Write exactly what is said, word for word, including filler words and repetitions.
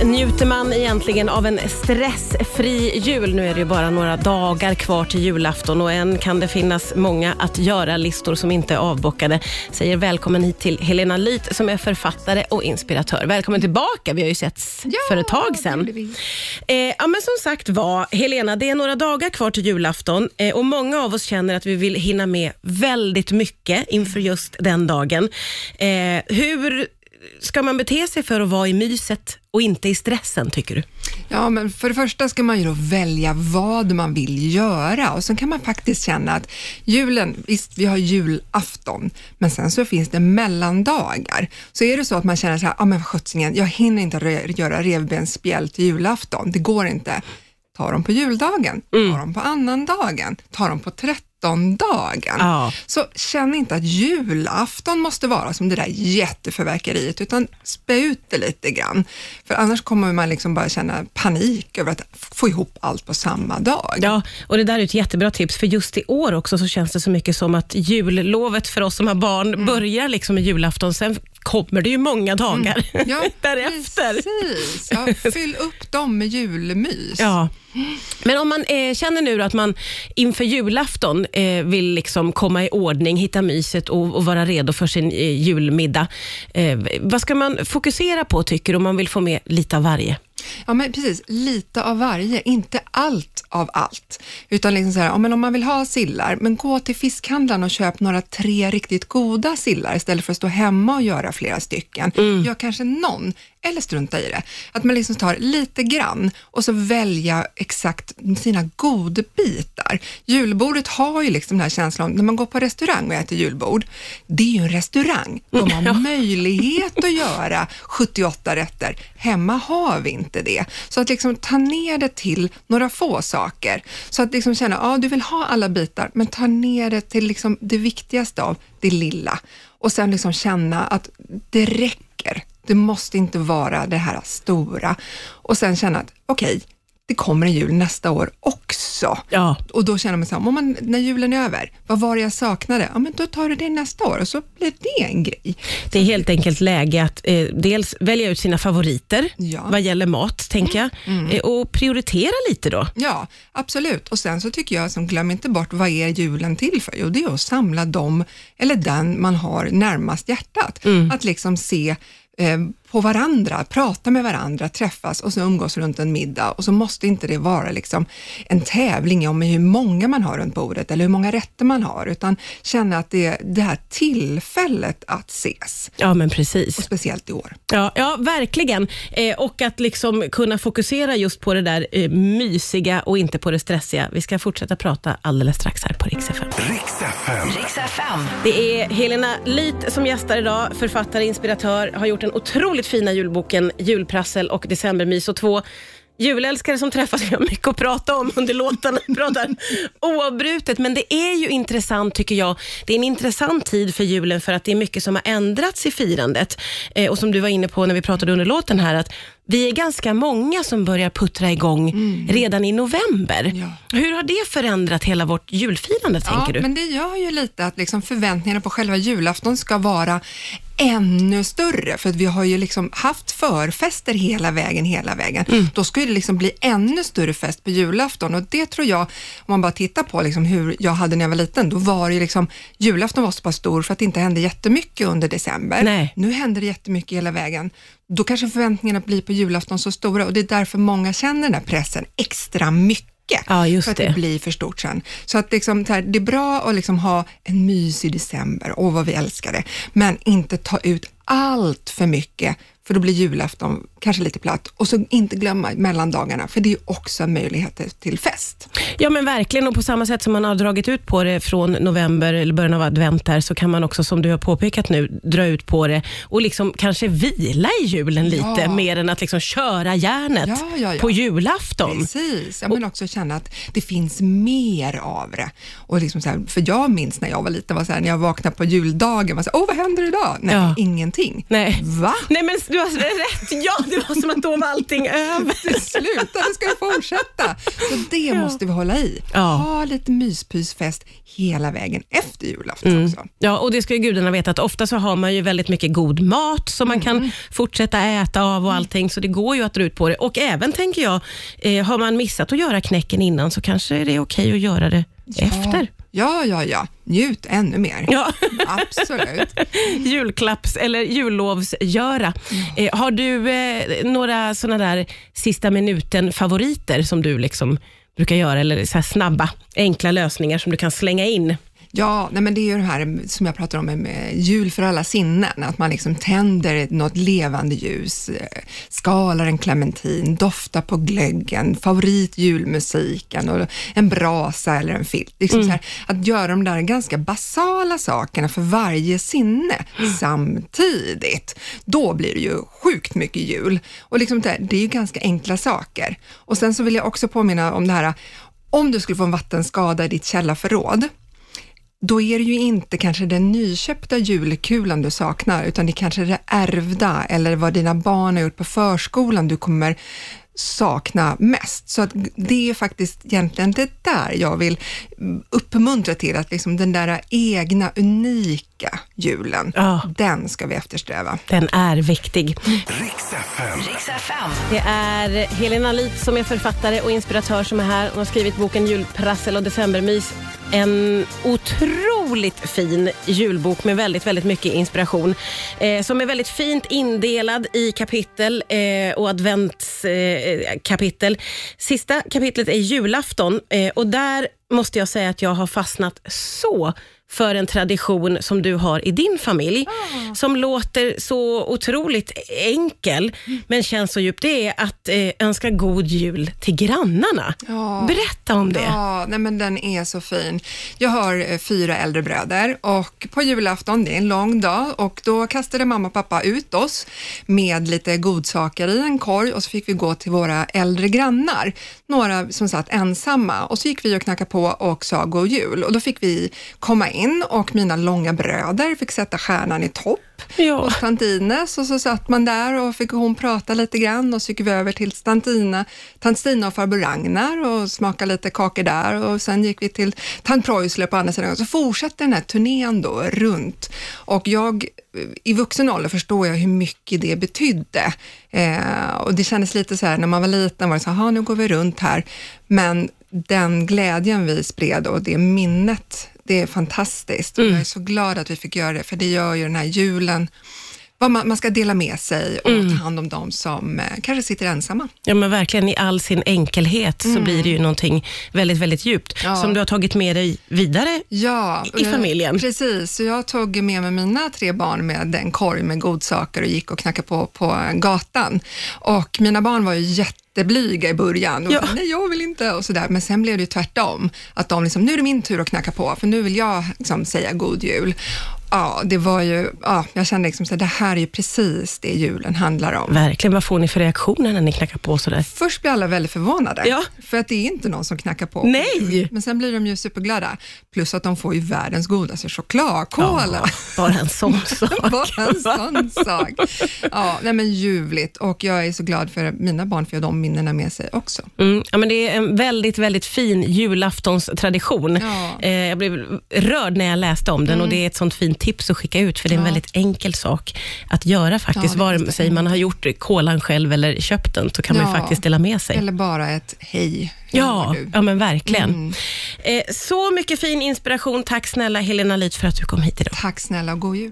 njuter man egentligen av en stressfri jul? Nu är det ju bara några dagar kvar till julafton och än kan det finnas många att göra-listor som inte är avbockade. Säger välkommen hit till Helena Lyth som är författare och inspiratör. Välkommen tillbaka, vi har ju sett ja, för ett tag sedan. Eh, ja men som sagt var, Helena, det är några dagar kvar till julafton eh, och många av oss känner att vi vill hinna med väldigt mycket inför just den dagen. Eh, hur ska man bete sig för att vara i myset och inte i stressen, tycker du? Ja, men för det första ska man ju då välja vad man vill göra och sen kan man faktiskt känna att julen, visst vi har julafton, men sen så finns det mellandagar. Så är det så att man känner så här, ja ah, men skötsingen, jag hinner inte rö- göra revbensspjäll till julafton, det går inte. Ta dem på juldagen, mm. ta dem på annan dagen, ta dem på trettondagen. Ja. Så känn inte att julafton måste vara som det där jätteförverkeriet, utan spä ut det lite grann. För annars kommer man liksom bara känna panik över att få ihop allt på samma dag. Ja, och det där är ett jättebra tips, för just i år också så känns det så mycket som att jullovet för oss som har barn mm. börjar liksom i julafton, sen kommer det ju många dagar mm. ja, därefter. Precis. Ja, fyll upp dem med julmys. Ja. Men om man eh, känner nu att man inför julafton eh, vill liksom komma i ordning, hitta myset och, och vara redo för sin eh, julmiddag. Eh, vad ska man fokusera på, tycker du, om man vill få med lite av varje? Ja, men precis, lite av varje, inte allt av allt. Utan liksom så här, ja, men om man vill ha sillar, men gå till fiskhandlaren och köp några tre riktigt goda sillar istället för att stå hemma och göra flera stycken. Mm. Gör kanske någon, eller strunta i det. Att man liksom tar lite grann och så välja exakt sina godbitar. Julbordet har ju liksom den här känslan, när man går på restaurang och äter julbord, det är ju en restaurang. De har möjlighet att göra sjuttioåtta rätter. Hemma har vi inte det. Så att liksom ta ner det till några få saker. Så att liksom känna, ja du vill ha alla bitar, men ta ner det till liksom det viktigaste av det lilla. Och sen liksom känna att det räcker. Det måste inte vara det här stora. Och sen känna att okej, okay, det kommer en jul nästa år också. Ja. Och då känner man så här, om man, när julen är över, vad var det jag saknade? Ja, men då tar du det nästa år och så blir det en grej. Det är helt enkelt läge att eh, dels välja ut sina favoriter ja. vad gäller mat, tänker jag. Mm. Eh, och prioritera lite då. Ja, absolut. Och sen så tycker jag, som glöm inte bort, vad är julen till för? Jo, det är att samla dem eller den man har närmast hjärtat. Mm. Att liksom se på varandra, prata med varandra, träffas och så umgås runt en middag, och så måste inte det vara liksom en tävling om hur många man har runt bordet eller hur många rätter man har, utan känna att det är det här tillfället att ses. Ja, men precis. Och speciellt i år. Ja, ja verkligen. Eh, och att liksom kunna fokusera just på det där eh, mysiga och inte på det stressiga. Vi ska fortsätta prata alldeles strax här på Rix F M. Rix F M. Rix F M. Det är Helena Lyth som gästar idag, författare, inspiratör, har gjort en otroligt fina julboken Julprassel och Decembermys, och två julälskare som träffas. Vi har mycket att prata om under låtarna, pratar oavbrutet, men det är ju intressant, tycker jag. Det är en intressant tid för julen för att det är mycket som har ändrats i firandet. Eh, och som du var inne på när vi pratade under låten här, att vi är ganska många som börjar puttra igång mm. redan i november. Ja. Hur har det förändrat hela vårt julfirande, ja, tänker du? Men det gör ju lite att liksom förväntningarna på själva julafton ska vara ännu större, för att vi har ju liksom haft förfester hela vägen, hela vägen. Mm. Då ska det liksom bli ännu större fest på julafton, och det tror jag, om man bara tittar på liksom hur jag hade när jag var liten, då var det liksom, julafton var så pass stor för att det inte hände jättemycket under december. Nej. Nu händer det jättemycket hela vägen. Då kanske förväntningarna blir på julafton så stora, och det är därför många känner den här pressen extra mycket. Ja, just för att det. det blir för stort sen. Så att liksom, här, det är bra att liksom ha en mys i december, och vad vi älskar det. Men inte ta ut allt för mycket, för då blir julafton kanske lite platt. Och så inte glömma mellandagarna, för det är också en möjlighet till fest. Ja, men verkligen, och på samma sätt som man har dragit ut på det från november eller början av advent där, så kan man också, som du har påpekat nu, dra ut på det och liksom kanske vila i julen lite, ja. mer än att liksom köra järnet ja, ja, ja. på julafton. Precis, jag vill också känna att det finns mer av det. Och liksom så här, för jag minns när jag var liten, var så här, när jag vaknade på juldagen, var så här, åh vad händer idag? Nej, ja. ingenting. Nej. Va? Nej, men Du har rätt. Ja, det var som att då var allting över. Det slutar, det ska ju fortsätta. Så det ja. måste vi hålla i. Ja. Ha lite myspysfest hela vägen efter julafton mm. också. Ja, och det ska ju gudarna veta att ofta så har man ju väldigt mycket god mat som man mm. kan fortsätta äta av och allting. Så det går ju att dra ut på det. Och även tänker jag, eh, har man missat att göra knäcken innan så kanske är det okej att göra det ja. efter. Ja, ja, ja. Njut ännu mer. Ja. Absolut. Julklapps- eller jullovsgöra. Mm. Eh, har du eh, några såna där sista minuten-favoriter som du liksom brukar göra? Eller så här snabba, enkla lösningar som du kan slänga in? Ja, nej men det är ju det här som jag pratar om med, med jul för alla sinnen. Att man liksom tänder något levande ljus, skalar en clementin, doftar på glöggen, favorit julmusiken och en brasa eller en filt. Liksom mm. så här, att göra de där ganska basala sakerna för varje sinne mm. samtidigt. Då blir det ju sjukt mycket jul. Och liksom det, det är ju ganska enkla saker. Och sen så vill jag också påminna om det här, om du skulle få en vattenskada i ditt källarförråd, då är det ju inte kanske den nyköpta julkulan du saknar, utan det är kanske det ärvda eller vad dina barn har gjort på förskolan du kommer sakna mest. Så att det är faktiskt egentligen det där jag vill uppmuntra till, att liksom den där egna unika julen, ja. den ska vi eftersträva. Den är viktig. Rix F M. Rix F M. Det är Helena Lit som är författare och inspiratör som är här. Hon har skrivit boken Julprassel och decembermys. En otroligt fin julbok med väldigt, väldigt mycket inspiration. Eh, som är väldigt fint indelad i kapitel eh, och adventskapitel. Eh, Sista kapitlet är julafton eh, och där måste jag säga att jag har fastnat så för en tradition som du har i din familj. Ah. Som låter så otroligt enkel mm. men känns så djupt. Det är att eh, önska god jul till grannarna. Ja. Berätta om det. Ja, nej men den är så fin. Jag har eh, fyra äldre bröder och på julafton, det är en lång dag, och då kastade mamma och pappa ut oss med lite godsaker i en korg och så fick vi gå till våra äldre grannar. Några som satt ensamma, och så gick vi och knackade på och sa god jul, och då fick vi komma in och mina långa bröder fick sätta stjärnan i topp ja. hos tant Ines, och så satt man där och fick hon prata lite grann, och så gick vi över till tant Stina, tant Stina och farbror Ragnar och smaka lite kakor där, och sen gick vi till tant Preussler på andra sidan, och så fortsatte den här turnén då runt, och jag i vuxen ålder förstår jag hur mycket det betydde eh, och det kändes lite så här, när man var liten var det så här, nu går vi runt här, men den glädjen vi spred och det minnet, det är fantastiskt. Mm. Och jag är så glad att vi fick göra det, för det gör ju den här julen, vad man, man ska dela med sig och mm. ta hand om dem som eh, kanske sitter ensamma. Ja, men verkligen i all sin enkelhet mm. så blir det ju någonting väldigt, väldigt djupt ja. som du har tagit med dig vidare ja, i familjen. Precis, så jag tog med mig mina tre barn med en korg med godsaker och gick och knackade på på gatan. Och mina barn var ju jätte blyga i början och ja. nej, jag vill inte och sådär, men sen blev det ju tvärtom, att de liksom, nu är det min tur att knacka på, för nu vill jag liksom säga god jul. Ja, det var ju, ja, jag kände liksom så här, det här är ju precis det julen handlar om. Verkligen, vad får ni för reaktioner när ni knackar på sådär? Först blir alla väldigt förvånade, ja. för att det är inte någon som knackar på. Nej! Men sen blir de ju superglada, plus att de får ju världens godaste chokladkola. Ja, bara en sån sak. bara en sån sak. Ja, nej men ljuvligt, och jag är så glad för mina barn, för de minnena med sig också. Mm, ja, men det är en väldigt, väldigt fin julaftonstradition. Ja. Eh, jag blev rörd när jag läste om den mm. och det är ett sånt fint tips att skicka ut, för det är en ja. väldigt enkel sak att göra faktiskt. Ja, vare sig man har gjort kolan själv eller köpt den, så kan ja. man faktiskt dela med sig. Eller bara ett hej. Ja, ja, men verkligen. Mm. Eh, så mycket fin inspiration. Tack snälla Helena Lit för att du kom hit idag. Tack snälla och god jul.